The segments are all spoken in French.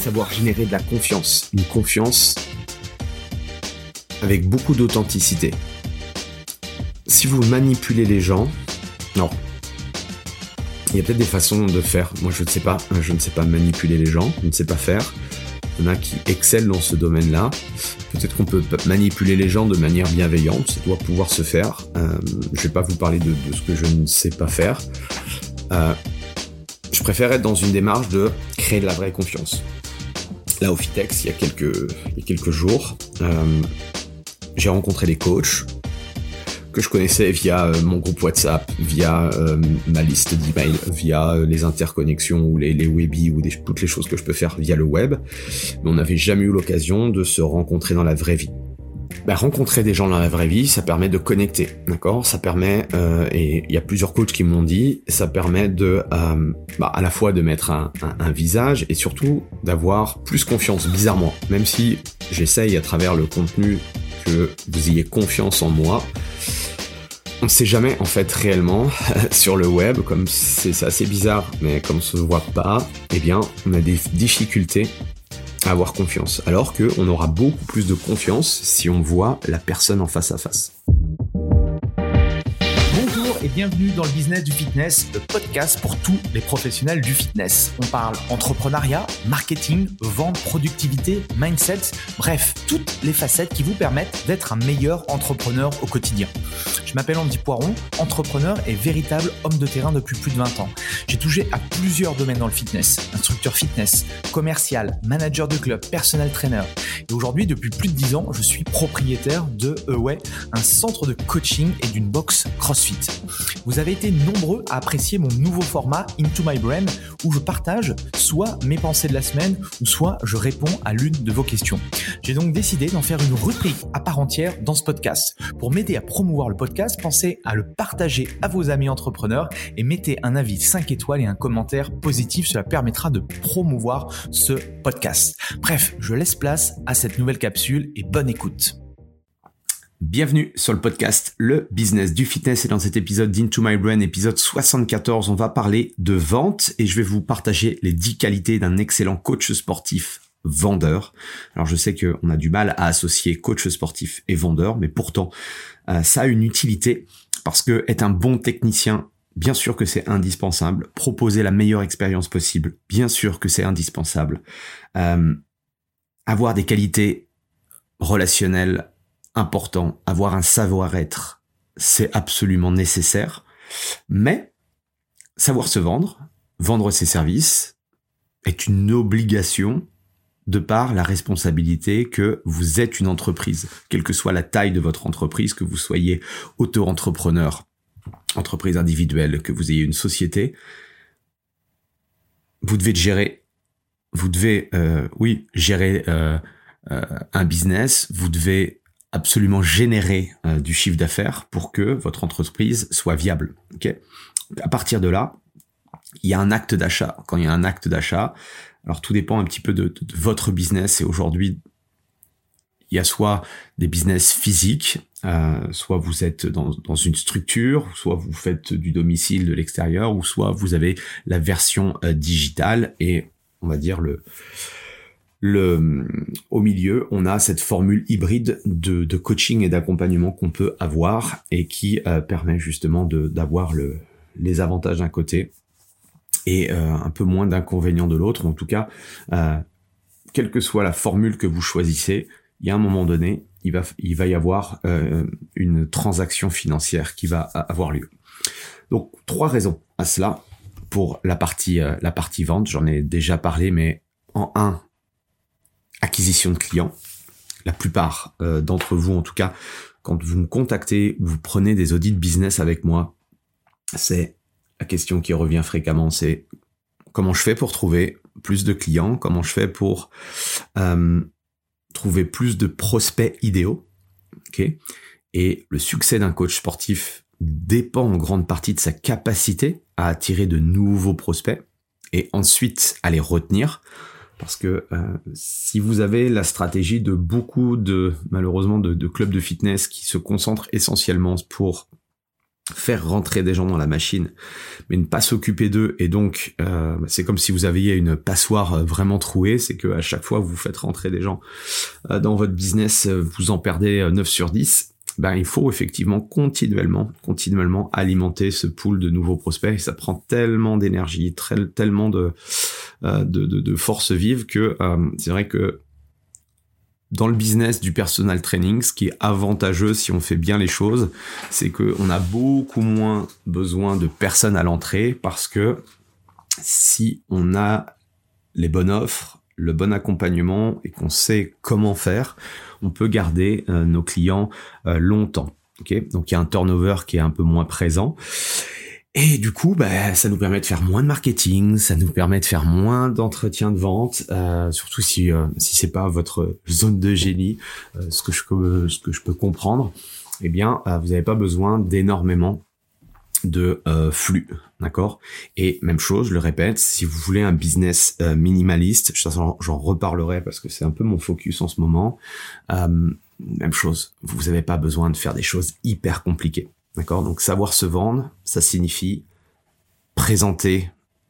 savoir générer de la confiance. Une confiance avec beaucoup d'authenticité. Si vous manipulez les gens, non. Il y a peut-être des façons de faire. Moi, je ne sais pas manipuler les gens, je ne sais pas faire. Il y en a qui excellent dans ce domaine-là. Peut-être qu'on peut manipuler les gens de manière bienveillante, ça doit pouvoir se faire. Je vais pas vous parler de ce que je ne sais pas faire. Je préfère être dans une démarche de créer de la vraie confiance. Là, au Fitex, il y a quelques jours, j'ai rencontré des coachs que je connaissais via mon groupe WhatsApp, via ma liste d'emails, via les interconnexions ou les webis ou toutes les choses que je peux faire via le web. Mais on n'avait jamais eu l'occasion de se rencontrer dans la vraie vie. Rencontrer des gens dans la vraie vie, ça permet de connecter, d'accord ? Ça permet, et il y a plusieurs coachs qui m'ont dit, ça permet de, à la fois de mettre un visage et surtout d'avoir plus confiance, bizarrement. Même si j'essaye à travers le contenu que vous ayez confiance en moi, on ne sait jamais en fait réellement sur le web, comme c'est assez bizarre, mais comme on se voit pas, eh bien on a des difficultés à avoir confiance, alors qu'on aura beaucoup plus de confiance si on voit la personne en face à face. Bonjour et bienvenue dans le Business du Fitness, le podcast pour tous les professionnels du fitness. On parle entrepreneuriat, marketing, vente, productivité, mindset, bref, toutes les facettes qui vous permettent d'être un meilleur entrepreneur au quotidien. Je m'appelle Andy Poiron, entrepreneur et véritable homme de terrain depuis plus de 20 ans. J'ai touché à plusieurs domaines dans le fitness, instructeur fitness, commercial, manager de club, personal trainer. Et aujourd'hui, depuis plus de 10 ans, je suis propriétaire de un centre de coaching et d'une box CrossFit. Vous avez été nombreux à apprécier mon nouveau format Into My Brain où je partage soit mes pensées de la semaine ou soit je réponds à l'une de vos questions. J'ai donc décidé d'en faire une rubrique à part entière dans ce podcast. Pour m'aider à promouvoir le podcast, pensez à le partager à vos amis entrepreneurs et mettez un avis 5 étoiles et un commentaire positif. Cela permettra de promouvoir ce podcast. Bref, je laisse place à cette nouvelle capsule et bonne écoute. Bienvenue sur le podcast Le Business du Fitness et dans cet épisode d'Into My Brain, épisode 74, on va parler de vente et je vais vous partager les 10 qualités d'un excellent coach sportif vendeur. Alors je sais qu'on a du mal à associer coach sportif et vendeur, mais pourtant ça a une utilité parce que être un bon technicien, bien sûr que c'est indispensable. Proposer la meilleure expérience possible, bien sûr que c'est indispensable. Avoir des qualités relationnelles importantes, avoir un savoir-être, c'est absolument nécessaire. Mais savoir se vendre ses services est une obligation de par la responsabilité que vous êtes une entreprise, quelle que soit la taille de votre entreprise, que vous soyez auto-entrepreneur, entreprise individuelle, que vous ayez une société, vous devez gérer, gérer un business, vous devez absolument générer du chiffre d'affaires pour que votre entreprise soit viable. Okay ? À partir de là, il y a un acte d'achat. Quand il y a un acte d'achat, alors tout dépend un petit peu de votre business et aujourd'hui, il y a soit des business physiques, soit vous êtes dans une structure, soit vous faites du domicile de l'extérieur, ou soit vous avez la version digitale et on va dire au milieu, on a cette formule hybride de coaching et d'accompagnement qu'on peut avoir et qui permet justement d'avoir les avantages d'un côté et un peu moins d'inconvénients de l'autre. En tout cas, quelle que soit la formule que vous choisissez, il y a un moment donné, il va y avoir une transaction financière qui va avoir lieu. Donc, 3 raisons à cela pour la partie vente. J'en ai déjà parlé, mais en 1, acquisition de clients. La plupart d'entre vous, en tout cas, quand vous me contactez, vous prenez des audits business avec moi, c'est la question qui revient fréquemment, c'est comment je fais pour trouver plus de clients, comment je fais pour trouver plus de prospects idéaux. Okay ? Et le succès d'un coach sportif dépend en grande partie de sa capacité à attirer de nouveaux prospects et ensuite à les retenir. Parce que si vous avez la stratégie de beaucoup malheureusement de clubs de fitness qui se concentrent essentiellement pour faire rentrer des gens dans la machine, mais ne pas s'occuper d'eux, et donc c'est comme si vous aviez une passoire vraiment trouée, c'est que à chaque fois que vous faites rentrer des gens dans votre business, vous en perdez 9 sur 10. Il faut effectivement continuellement alimenter ce pool de nouveaux prospects, et ça prend tellement d'énergie, tellement de force vive que c'est vrai que dans le business du personal training, ce qui est avantageux si on fait bien les choses, c'est qu'on a beaucoup moins besoin de personnes à l'entrée, parce que si on a les bonnes offres, le bon accompagnement et qu'on sait comment faire, on peut garder nos clients longtemps. Okay, donc il y a un turnover qui est un peu moins présent. Et du coup, ça nous permet de faire moins de marketing, ça nous permet de faire moins d'entretien de vente, surtout si c'est pas votre zone de génie, ce que je peux comprendre. Eh bien, vous n'avez pas besoin d'énormément de flux, d'accord? Et même chose, je le répète, si vous voulez un business minimaliste, j'en reparlerai parce que c'est un peu mon focus en ce moment. Même chose, vous n'avez pas besoin de faire des choses hyper compliquées. D'accord, donc savoir se vendre, ça signifie présenter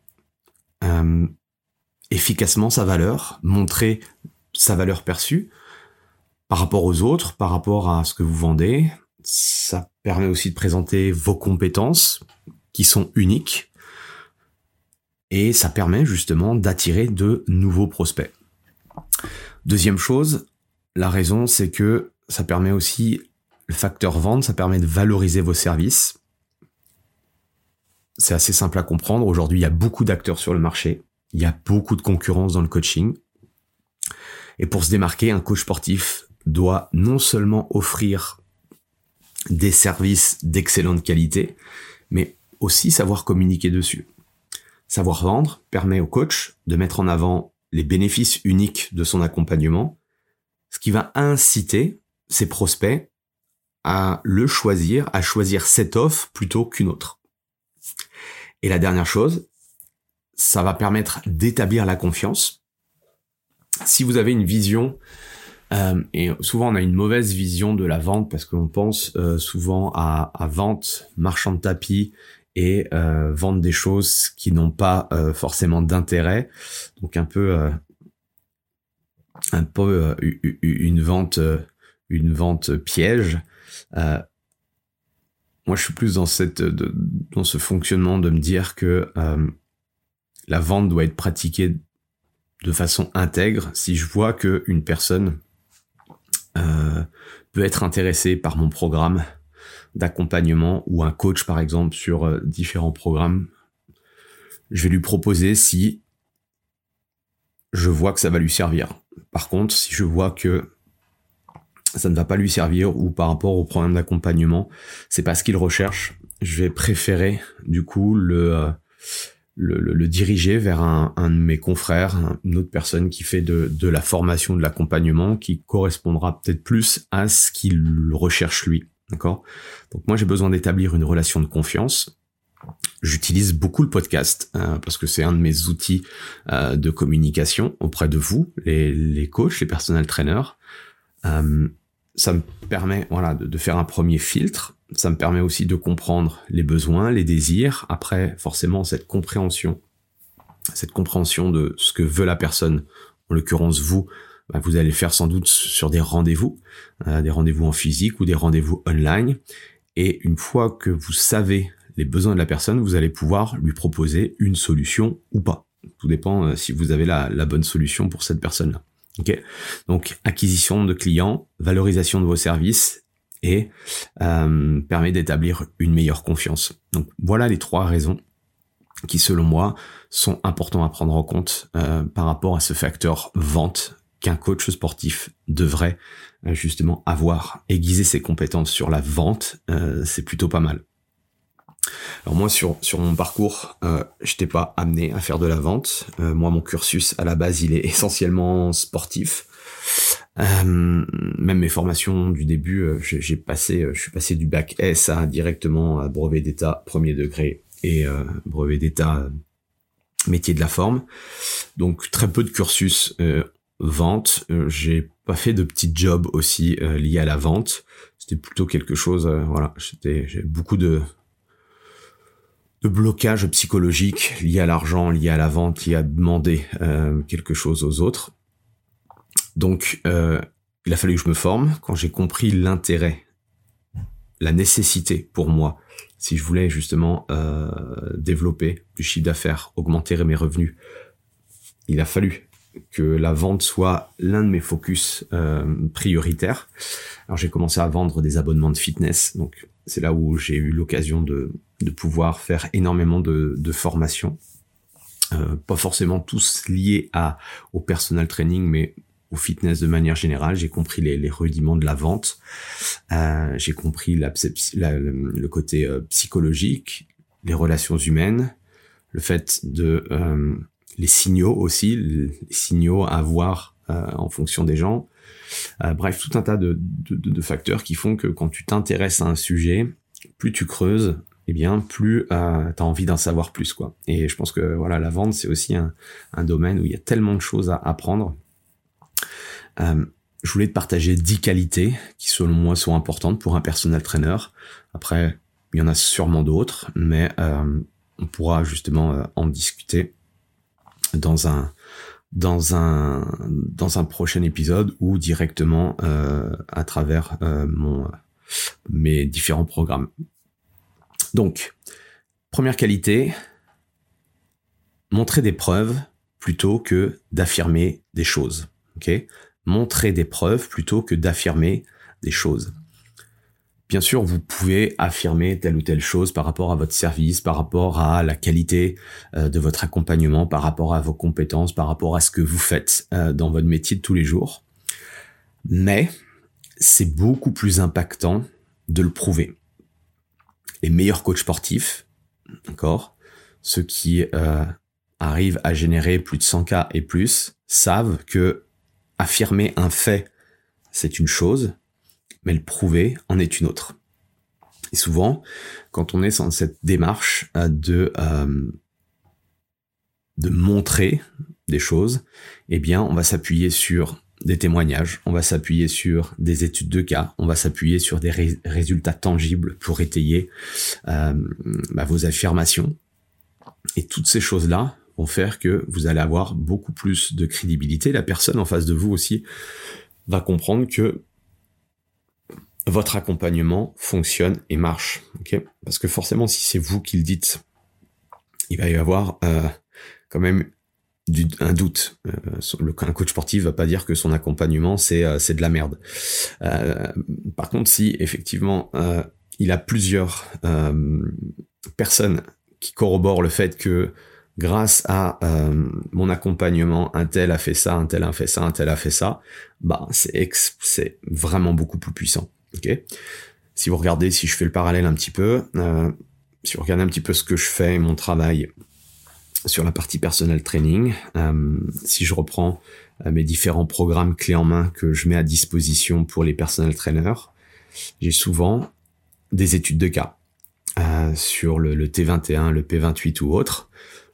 efficacement sa valeur, montrer sa valeur perçue par rapport aux autres, par rapport à ce que vous vendez. Ça permet aussi de présenter vos compétences qui sont uniques, et ça permet justement d'attirer de nouveaux prospects. Deuxième chose, la raison, c'est que ça permet aussi, le facteur vente, ça permet de valoriser vos services. C'est assez simple à comprendre. Aujourd'hui, il y a beaucoup d'acteurs sur le marché. Il y a beaucoup de concurrence dans le coaching. Et pour se démarquer, un coach sportif doit non seulement offrir des services d'excellente qualité, mais aussi savoir communiquer dessus. Savoir vendre permet au coach de mettre en avant les bénéfices uniques de son accompagnement, ce qui va inciter ses prospects à choisir cette offre plutôt qu'une autre. Et la dernière chose, ça va permettre d'établir la confiance. Si vous avez une vision, et souvent on a une mauvaise vision de la vente parce qu'on pense souvent à vente, marchand de tapis et vendre des choses qui n'ont pas forcément d'intérêt. Donc un peu une vente piège. Moi, je suis plus dans ce fonctionnement de me dire que la vente doit être pratiquée de façon intègre. Si je vois que une personne peut être intéressée par mon programme d'accompagnement ou un coach, par exemple, sur différents programmes, je vais lui proposer si je vois que ça va lui servir. Par contre, si je vois que ça ne va pas lui servir, ou par rapport au programme d'accompagnement, c'est pas ce qu'il recherche, je vais préférer du coup le diriger vers un de mes confrères, une autre personne qui fait de la formation, de l'accompagnement, qui correspondra peut-être plus à ce qu'il recherche lui. D'accord ? Donc moi, j'ai besoin d'établir une relation de confiance. J'utilise beaucoup le podcast parce que c'est un de mes outils de communication auprès de vous, les coachs, les personal trainers. Ça me permet de faire un premier filtre. Ça me permet aussi de comprendre les besoins, les désirs. Après, forcément, cette compréhension de ce que veut la personne, en l'occurrence vous, vous allez faire sans doute sur des rendez-vous en physique ou des rendez-vous online. Et une fois que vous savez les besoins de la personne, vous allez pouvoir lui proposer une solution ou pas. Tout dépend si vous avez la bonne solution pour cette personne-là. Okay. Donc, acquisition de clients, valorisation de vos services et permet d'établir une meilleure confiance. Donc, voilà les 3 raisons qui, selon moi, sont importantes à prendre en compte par rapport à ce facteur vente qu'un coach sportif devrait justement avoir. Aiguiser ses compétences sur la vente, c'est plutôt pas mal. Alors moi, sur mon parcours, j'étais pas amené à faire de la vente. Moi, mon cursus à la base, il est essentiellement sportif. Même mes formations du début, je suis passé du bac S à directement à brevet d'état premier degré et brevet d'état métier de la forme. Donc très peu de cursus vente. J'ai pas fait de petits jobs aussi liés à la vente. C'était plutôt quelque chose. J'ai beaucoup de blocage psychologique lié à l'argent, lié à la vente, lié à demander quelque chose aux autres. Donc, il a fallu que je me forme. Quand j'ai compris l'intérêt, la nécessité pour moi, si je voulais justement développer du chiffre d'affaires, augmenter mes revenus, il a fallu que la vente soit l'un de mes focus prioritaires. Alors j'ai commencé à vendre des abonnements de fitness, donc c'est là où j'ai eu l'occasion de pouvoir faire énormément de formations, pas forcément tous liés au personal training, mais au fitness de manière générale. J'ai compris les rudiments de la vente, j'ai compris le côté psychologique, les relations humaines, le fait de les signaux aussi, les signaux à avoir en fonction des gens. Bref, tout un tas de facteurs qui font que quand tu t'intéresses à un sujet, plus tu creuses, eh bien, plus t'as envie d'en savoir plus, quoi. Et je pense que voilà, la vente, c'est aussi un domaine où il y a tellement de choses à apprendre. Je voulais te partager 10 qualités qui, selon moi, sont importantes pour un personal trainer. Après, il y en a sûrement d'autres, mais on pourra justement en discuter dans un prochain épisode ou directement à travers mes différents programmes. Donc, première qualité, montrer des preuves plutôt que d'affirmer des choses. Okay ? Montrer des preuves plutôt que d'affirmer des choses. Bien sûr, vous pouvez affirmer telle ou telle chose par rapport à votre service, par rapport à la qualité de votre accompagnement, par rapport à vos compétences, par rapport à ce que vous faites dans votre métier de tous les jours. Mais c'est beaucoup plus impactant de le prouver. Les meilleurs coachs sportifs, d'accord, ceux qui arrivent à générer plus de 100K et plus, savent que affirmer un fait, c'est une chose, mais le prouver en est une autre. Et souvent, quand on est dans cette démarche de montrer des choses, eh bien, on va s'appuyer sur des témoignages, on va s'appuyer sur des études de cas, on va s'appuyer sur des résultats tangibles pour étayer vos affirmations. Et toutes ces choses-là vont faire que vous allez avoir beaucoup plus de crédibilité. La personne en face de vous aussi va comprendre que votre accompagnement fonctionne et marche. Okay ? Parce que forcément, si c'est vous qui le dites, il va y avoir quand même un doute. Un coach sportif va pas dire que son accompagnement c'est de la merde. Par contre, si effectivement il a plusieurs personnes qui corroborent le fait que grâce à mon accompagnement, un tel a fait ça, un tel a fait ça, un tel a fait ça, bah c'est vraiment beaucoup plus puissant. Okay ? Si vous regardez, si je fais le parallèle un petit peu, si vous regardez un petit peu ce que je fais, mon travail sur la partie personal training, si je reprends mes différents programmes clés en main que je mets à disposition pour les personal trainers, j'ai souvent des études de cas sur le T21, le P28 ou autre.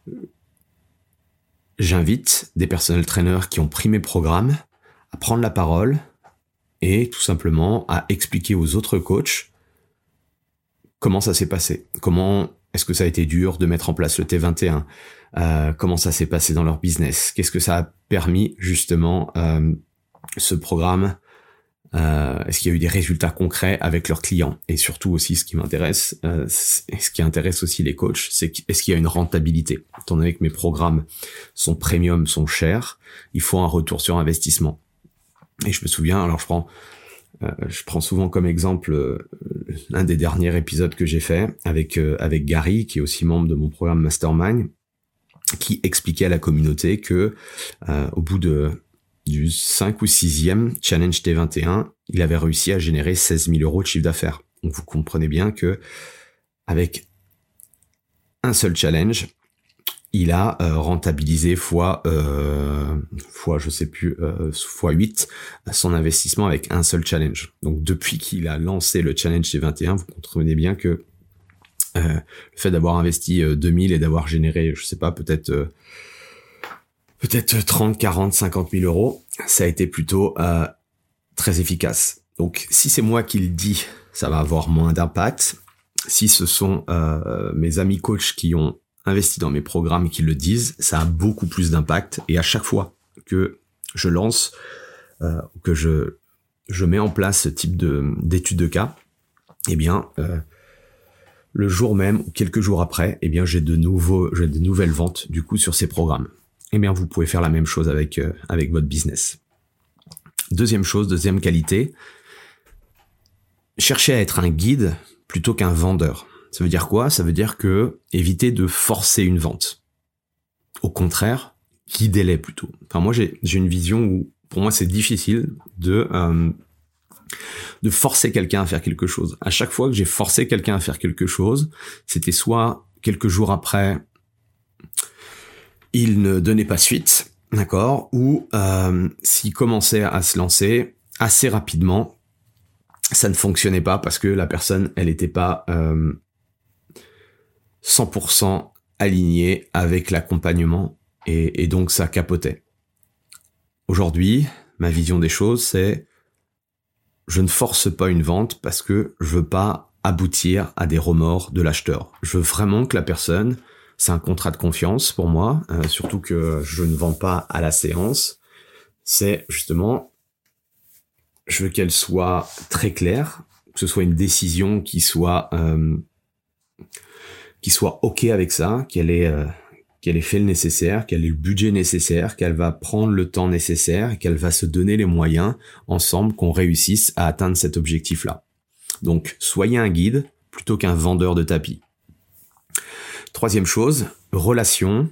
J'invite des personal trainers qui ont pris mes programmes à prendre la parole et tout simplement à expliquer aux autres coachs comment ça s'est passé. Comment est-ce que ça a été dur de mettre en place le T21 ? Comment ça s'est passé dans leur business ? Qu'est-ce que ça a permis justement ce programme ? Est-ce qu'il y a eu des résultats concrets avec leurs clients ? Et surtout aussi, ce qui m'intéresse, ce qui intéresse aussi les coachs, c'est est-ce qu'il y a une rentabilité ? Étant donné que mes programmes sont premium, sont chers, il faut un retour sur investissement. Et je me souviens, alors je prends souvent comme exemple l'un des derniers épisodes que j'ai fait avec Gary, qui est aussi membre de mon programme Mastermind, qui expliquait à la communauté que au bout du 5 ou 6e challenge T21, il avait réussi à générer 16 000 € de chiffre d'affaires. Donc vous comprenez bien que avec un seul challenge, il a rentabilisé fois 8 son investissement avec un seul challenge. Donc depuis qu'il a lancé le challenge T21, vous comprenez bien que le fait d'avoir investi 2000 et d'avoir généré, je sais pas, peut-être 30, 40, 50 000 €, ça a été plutôt très efficace. Donc si c'est moi qui le dis, ça va avoir moins d'impact. Si ce sont mes amis coachs qui ont investi dans mes programmes et qui le disent, ça a beaucoup plus d'impact. Et à chaque fois que je lance, que je mets en place ce type d'étude de cas, eh bien, le jour même ou quelques jours après, eh bien, j'ai de nouvelles ventes du coup sur ces programmes. Eh bien, vous pouvez faire la même chose avec votre business. Deuxième qualité, cherchez à être un guide plutôt qu'un vendeur. Ça veut dire quoi? Ça veut dire que évitez de forcer une vente. Au contraire, guidez-les plutôt. Enfin, moi, j'ai une vision où, pour moi, c'est difficile de forcer quelqu'un à faire quelque chose. À chaque fois que j'ai forcé quelqu'un à faire quelque chose, c'était soit quelques jours après, il ne donnait pas suite, d'accord, ou s'il commençait à se lancer assez rapidement, ça ne fonctionnait pas parce que la personne, elle n'était pas 100% alignée avec l'accompagnement et donc ça capotait. Aujourd'hui, ma vision des choses, c'est je ne force pas une vente parce que je veux pas aboutir à des remords de l'acheteur. Je veux vraiment que la personne, c'est un contrat de confiance pour moi, surtout que je ne vends pas à la séance. C'est justement, je veux qu'elle soit très claire, que ce soit une décision qui soit OK avec ça, qu'elle ait fait le nécessaire, qu'elle ait le budget nécessaire, qu'elle va prendre le temps nécessaire et qu'elle va se donner les moyens ensemble qu'on réussisse à atteindre cet objectif-là. Donc, soyez un guide plutôt qu'un vendeur de tapis. Troisième chose, relation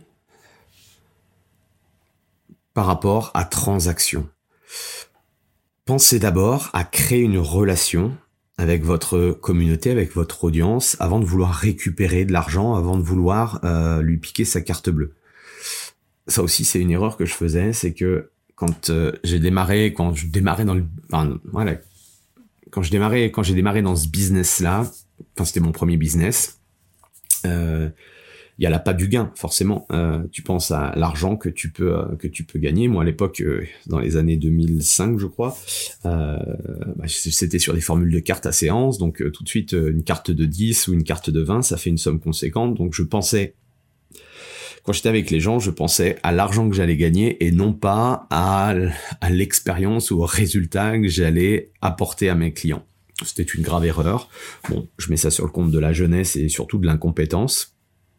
par rapport à transaction. Pensez d'abord à créer une relation avec votre communauté, avec votre audience, avant de vouloir récupérer de l'argent, avant de vouloir lui piquer sa carte bleue. Ça aussi, c'est une erreur que je faisais, c'est que quand j'ai démarré dans ce business-là, c'était mon premier business, il y a la pas du gain, forcément. Tu penses à l'argent que tu peux gagner. Moi, à l'époque, dans les années 2005, je crois, c'était sur des formules de cartes à séance. Donc, tout de suite, une carte de 10 ou une carte de 20, ça fait une somme conséquente. Donc, quand j'étais avec les gens, je pensais à l'argent que j'allais gagner et non pas à l'expérience ou au résultat que j'allais apporter à mes clients. C'était une grave erreur. Bon, je mets ça sur le compte de la jeunesse et surtout de l'incompétence.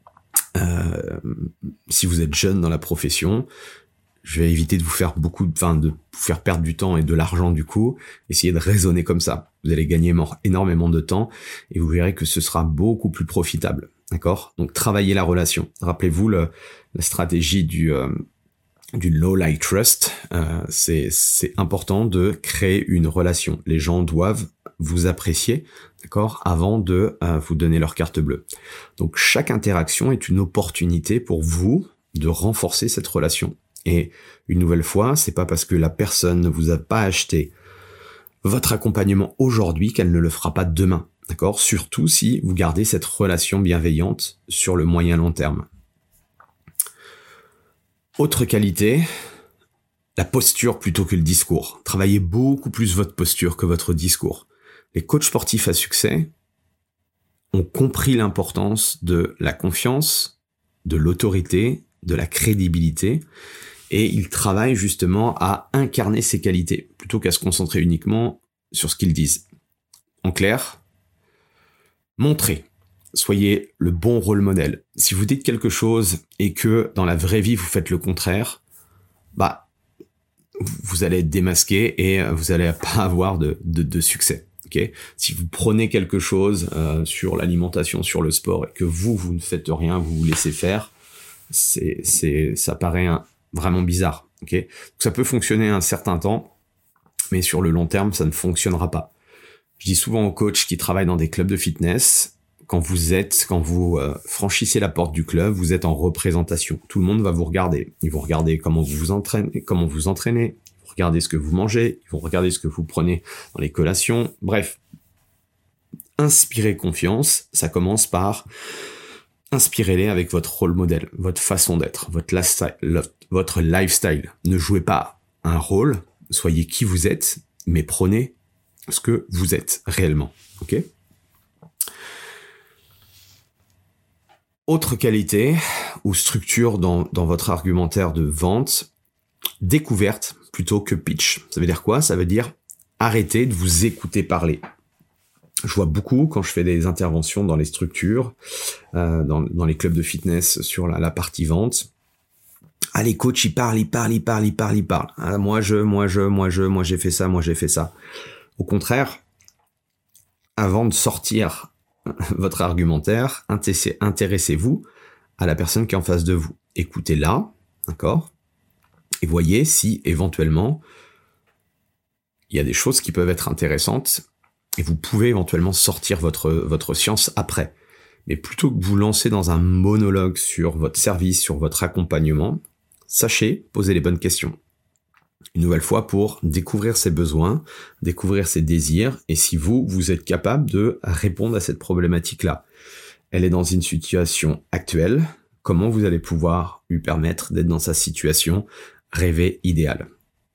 Si vous êtes jeune dans la profession, je vais éviter de vous faire de vous faire perdre du temps et de l'argent du coup. Essayez de raisonner comme ça. Vous allez gagner énormément de temps et vous verrez que ce sera beaucoup plus profitable. D'accord? Donc, travaillez la relation. Rappelez-vous la stratégie du low like trust. C'est important de créer une relation. Les gens doivent vous apprécier, d'accord, avant de vous donner leur carte bleue. Donc, chaque interaction est une opportunité pour vous de renforcer cette relation. Et une nouvelle fois, c'est pas parce que la personne ne vous a pas acheté votre accompagnement aujourd'hui qu'elle ne le fera pas demain, d'accord? Surtout si vous gardez cette relation bienveillante sur le moyen long terme. Autre qualité, la posture plutôt que le discours. Travaillez beaucoup plus votre posture que votre discours. Les coachs sportifs à succès ont compris l'importance de la confiance, de l'autorité, de la crédibilité, et ils travaillent justement à incarner ces qualités, plutôt qu'à se concentrer uniquement sur ce qu'ils disent. En clair, montrez. Soyez le bon rôle modèle. Si vous dites quelque chose et que dans la vraie vie vous faites le contraire, vous allez être démasqué et vous allez pas avoir de succès. Okay? Si vous prenez quelque chose sur l'alimentation, sur le sport et que vous ne faites rien, vous vous laissez faire, ça paraît vraiment bizarre. Okay? Donc ça peut fonctionner un certain temps, mais sur le long terme, ça ne fonctionnera pas. Je dis souvent aux coachs qui travaillent dans des clubs de fitness, quand vous franchissez la porte du club, vous êtes en représentation. Tout le monde va vous regarder. Ils vont regarder comment vous vous entraînez, ils vont regarder ce que vous mangez, ils vont regarder ce que vous prenez dans les collations. Bref, inspirez confiance. Ça commence par inspirez-les avec votre rôle modèle, votre façon d'être, votre lifestyle. Ne jouez pas un rôle, soyez qui vous êtes, mais prenez ce que vous êtes réellement. Ok ? Autre qualité ou structure dans votre argumentaire de vente, découverte plutôt que pitch. Ça veut dire quoi? Ça veut dire arrêtez de vous écouter parler. Je vois beaucoup quand je fais des interventions dans les structures, dans les clubs de fitness sur la partie vente. Ah, les coachs, ils parlent. Ah, moi j'ai fait ça. Au contraire, avant de sortir votre argumentaire, intéressez-vous à la personne qui est en face de vous. Écoutez-la, d'accord? Et voyez si éventuellement il y a des choses qui peuvent être intéressantes et vous pouvez éventuellement sortir votre science après. Mais plutôt que de vous lancer dans un monologue sur votre service, sur votre accompagnement, sachez poser les bonnes questions. Une nouvelle fois pour découvrir ses besoins, découvrir ses désirs, et si vous êtes capable de répondre à cette problématique-là. Elle est dans une situation actuelle, comment vous allez pouvoir lui permettre d'être dans sa situation rêvée idéale.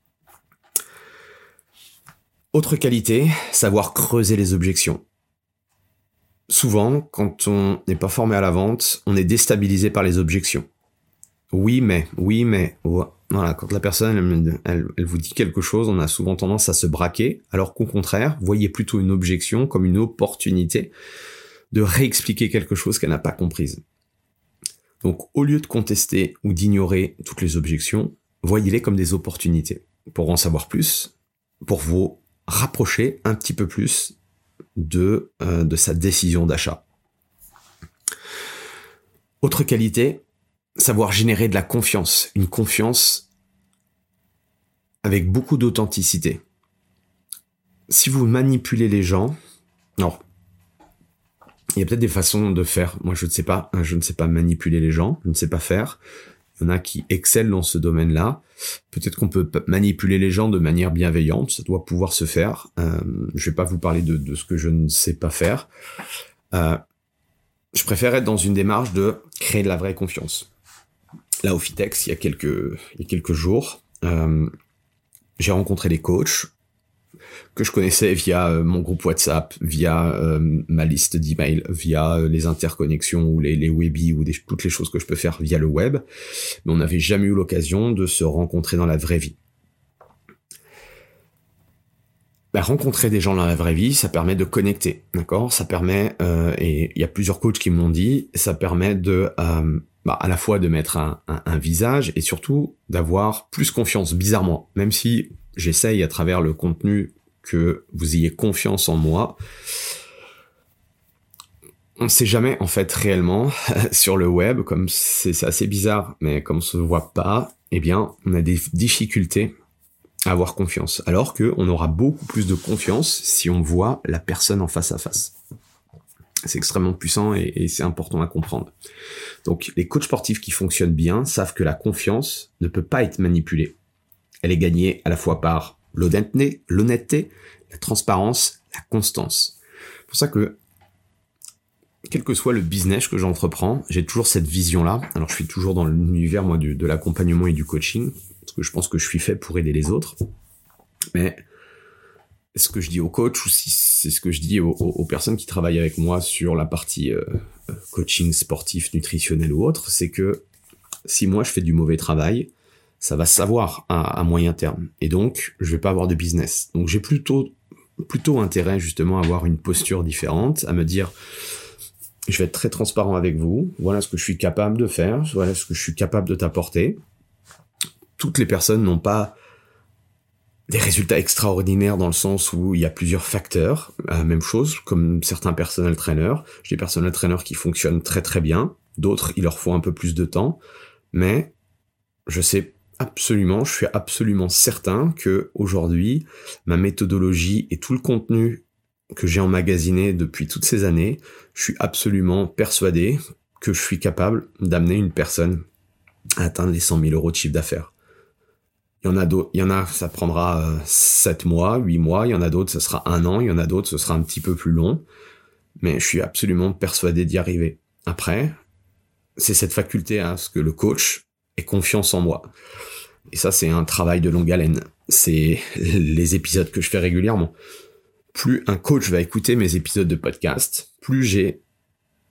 Autre qualité, savoir creuser les objections. Souvent, quand on n'est pas formé à la vente, on est déstabilisé par les objections. Oui mais, voilà, quand la personne elle vous dit quelque chose, on a souvent tendance à se braquer, alors qu'au contraire, voyez plutôt une objection comme une opportunité de réexpliquer quelque chose qu'elle n'a pas comprise. Donc, au lieu de contester ou d'ignorer toutes les objections, voyez-les comme des opportunités pour en savoir plus, pour vous rapprocher un petit peu plus de sa décision d'achat. Autre qualité, savoir générer de la confiance, une confiance avec beaucoup d'authenticité. Si vous manipulez les gens, alors, il y a peut-être des façons de faire. Moi, je ne sais pas manipuler les gens, je ne sais pas faire. Il y en a qui excellent dans ce domaine-là. Peut-être qu'on peut manipuler les gens de manière bienveillante, ça doit pouvoir se faire. Je vais pas vous parler de ce que je ne sais pas faire. Je préfère être dans une démarche de créer de la vraie confiance. Là, au Fitex, il y a quelques jours, j'ai rencontré des coachs que je connaissais via mon groupe WhatsApp, via ma liste d'emails, via les interconnexions ou les webis ou toutes les choses que je peux faire via le web, mais on n'avait jamais eu l'occasion de se rencontrer dans la vraie vie. Rencontrer des gens dans la vraie vie, ça permet de connecter, d'accord? Ça permet, et il y a plusieurs coachs qui m'ont dit, ça permet de à la fois de mettre un visage et surtout d'avoir plus confiance, bizarrement. Même si j'essaye à travers le contenu que vous ayez confiance en moi, on ne sait jamais en fait réellement sur le web, comme c'est assez bizarre, mais comme on se voit pas, eh bien on a des difficultés à avoir confiance. Alors que on aura beaucoup plus de confiance si on voit la personne en face à face. C'est extrêmement puissant et c'est important à comprendre. Donc, les coachs sportifs qui fonctionnent bien savent que la confiance ne peut pas être manipulée. Elle est gagnée à la fois par l'honnêteté, la transparence, la constance. C'est pour ça que, quel que soit le business que j'entreprends, j'ai toujours cette vision-là. Alors, je suis toujours dans l'univers, moi, de l'accompagnement et du coaching, parce que je pense que je suis fait pour aider les autres. Mais ce que je dis aux coachs, ou si c'est ce que je dis aux personnes qui travaillent avec moi sur la partie coaching sportif, nutritionnel ou autre, c'est que si moi je fais du mauvais travail, ça va se savoir à moyen terme. Et donc, je vais pas avoir de business. Donc, j'ai plutôt intérêt justement à avoir une posture différente, à me dire, je vais être très transparent avec vous, voilà ce que je suis capable de faire, voilà ce que je suis capable de t'apporter. Toutes les personnes n'ont pas des résultats extraordinaires dans le sens où il y a plusieurs facteurs. Même chose, comme certains personal trainers. J'ai des personal trainers qui fonctionnent très très bien. D'autres, il leur faut un peu plus de temps. Mais je suis absolument certain que aujourd'hui, ma méthodologie et tout le contenu que j'ai emmagasiné depuis toutes ces années, je suis absolument persuadé que je suis capable d'amener une personne à atteindre les 100 000 euros de chiffre d'affaires. Il y en a, ça prendra 7 mois, 8 mois, il y en a d'autres, ça sera 1 an, il y en a d'autres, ce sera un petit peu plus long, mais je suis absolument persuadé d'y arriver. Après, c'est cette faculté à ce que le coach ait confiance en moi. Et ça, c'est un travail de longue haleine. C'est les épisodes que je fais régulièrement. Plus un coach va écouter mes épisodes de podcast, plus j'ai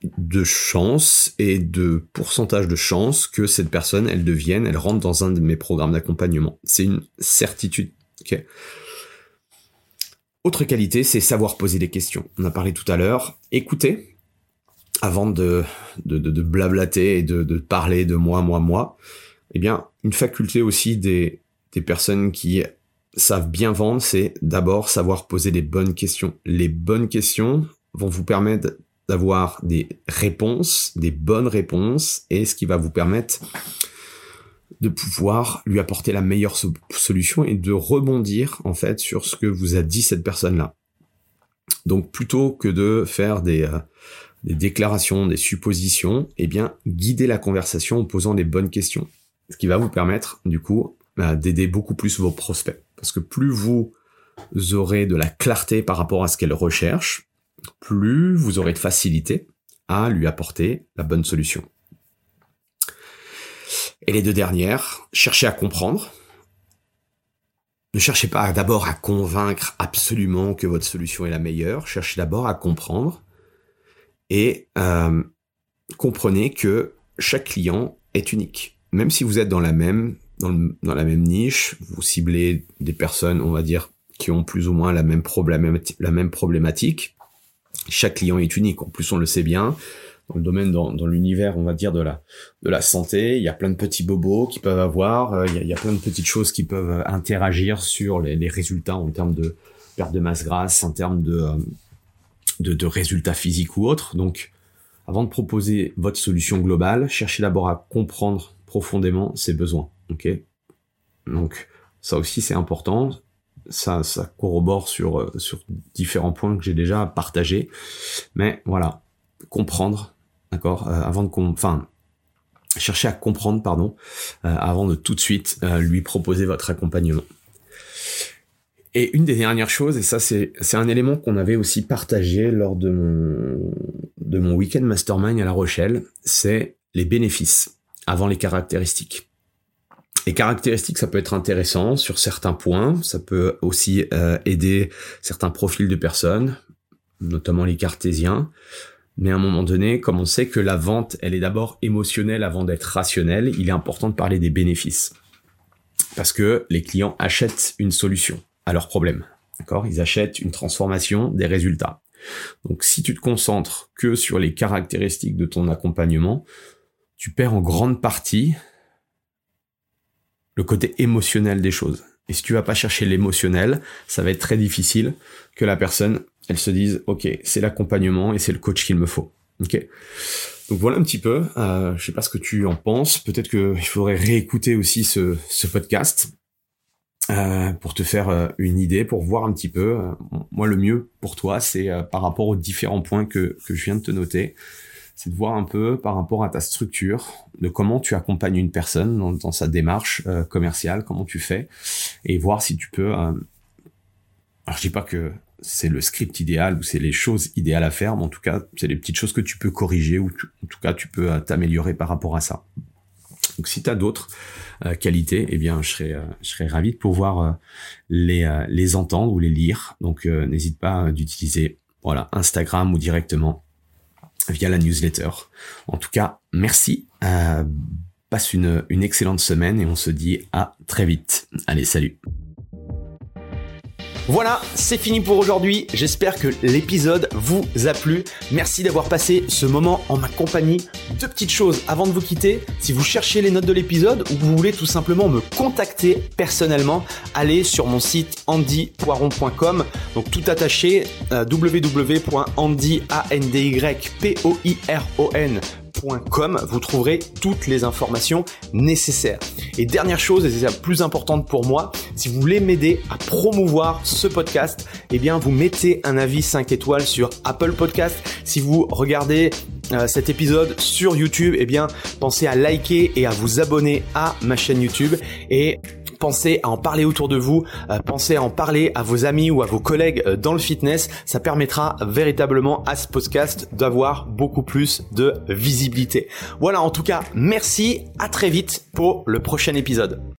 de chance et de pourcentage de chance que cette personne, elle rentre dans un de mes programmes d'accompagnement. C'est une certitude. Okay. Autre qualité, c'est savoir poser des questions. On a parlé tout à l'heure. Écouter avant de blablater et de parler de moi. Eh bien, une faculté aussi des personnes qui savent bien vendre, c'est d'abord savoir poser les bonnes questions. Les bonnes questions vont vous permettre d'avoir des réponses, des bonnes réponses, et ce qui va vous permettre de pouvoir lui apporter la meilleure solution et de rebondir en fait sur ce que vous a dit cette personne-là. Donc plutôt que de faire des déclarations, des suppositions, eh bien guidez la conversation en posant les bonnes questions, ce qui va vous permettre du coup d'aider beaucoup plus vos prospects. Parce que plus vous aurez de la clarté par rapport à ce qu'elle recherche, plus vous aurez de facilité à lui apporter la bonne solution. Et les deux dernières, cherchez à comprendre. Ne cherchez pas d'abord à convaincre absolument que votre solution est la meilleure. Cherchez d'abord à comprendre et comprenez que chaque client est unique. Même si vous êtes dans la même niche, vous ciblez des personnes, on va dire, qui ont plus ou moins la même problématique. Chaque client est unique. En plus, on le sait bien. Dans le domaine, dans l'univers, on va dire, de la santé, il y a plein de petits bobos qui peuvent avoir, il y a plein de petites choses qui peuvent interagir sur les résultats en termes de perte de masse grasse, en termes de résultats physiques ou autres. Donc, avant de proposer votre solution globale, cherchez d'abord à comprendre profondément ses besoins. Ok ? Donc, ça aussi, c'est important. Ça corrobore sur différents points que j'ai déjà partagés. Mais voilà, comprendre, d'accord, cherchez à comprendre, avant de tout de suite lui proposer votre accompagnement. Et une des dernières choses, et ça c'est un élément qu'on avait aussi partagé lors de mon week-end mastermind à La Rochelle, c'est les bénéfices avant les caractéristiques. Les caractéristiques, ça peut être intéressant sur certains points, ça peut aussi aider certains profils de personnes, notamment les cartésiens. Mais à un moment donné, comme on sait que la vente, elle est d'abord émotionnelle avant d'être rationnelle, il est important de parler des bénéfices. Parce que les clients achètent une solution à leurs problèmes. D'accord ? Ils achètent une transformation des résultats. Donc si tu te concentres que sur les caractéristiques de ton accompagnement, tu perds en grande partie le côté émotionnel des choses. Et si tu vas pas chercher l'émotionnel, ça va être très difficile que la personne, elle se dise « Ok, c'est l'accompagnement et c'est le coach qu'il me faut. » Ok. Donc voilà un petit peu. Je sais pas ce que tu en penses. Peut-être qu'il faudrait réécouter aussi ce podcast pour te faire une idée, pour voir un petit peu. Moi, le mieux pour toi, c'est par rapport aux différents points que je viens de te noter, c'est de voir un peu par rapport à ta structure, de comment tu accompagnes une personne dans sa démarche commerciale, comment tu fais, et voir si tu peux... alors je dis pas que c'est le script idéal ou c'est les choses idéales à faire, mais en tout cas, c'est les petites choses que tu peux corriger ou en tout cas, tu peux t'améliorer par rapport à ça. Donc si tu as d'autres qualités, eh bien je serais ravi de pouvoir les entendre ou les lire. Donc n'hésite pas d'utiliser Instagram ou directement via la newsletter. En tout cas, merci. Passe une excellente semaine et on se dit à très vite. Allez, salut. Voilà, c'est fini pour aujourd'hui. J'espère que l'épisode vous a plu. Merci d'avoir passé ce moment en ma compagnie. Deux petites choses avant de vous quitter. Si vous cherchez les notes de l'épisode ou que vous voulez tout simplement me contacter personnellement, allez sur mon site andypoiron.com. Donc tout attaché, www.andypoiron.com, vous trouverez toutes les informations nécessaires. Et dernière chose, et c'est la plus importante pour moi, si vous voulez m'aider à promouvoir ce podcast, eh bien vous mettez un avis 5 étoiles sur Apple Podcast. Si vous regardez cet épisode sur YouTube, eh bien pensez à liker et à vous abonner à ma chaîne YouTube et pensez à en parler autour de vous, pensez à en parler à vos amis ou à vos collègues dans le fitness. Ça permettra véritablement à ce podcast d'avoir beaucoup plus de visibilité. Voilà, en tout cas, merci, à très vite pour le prochain épisode.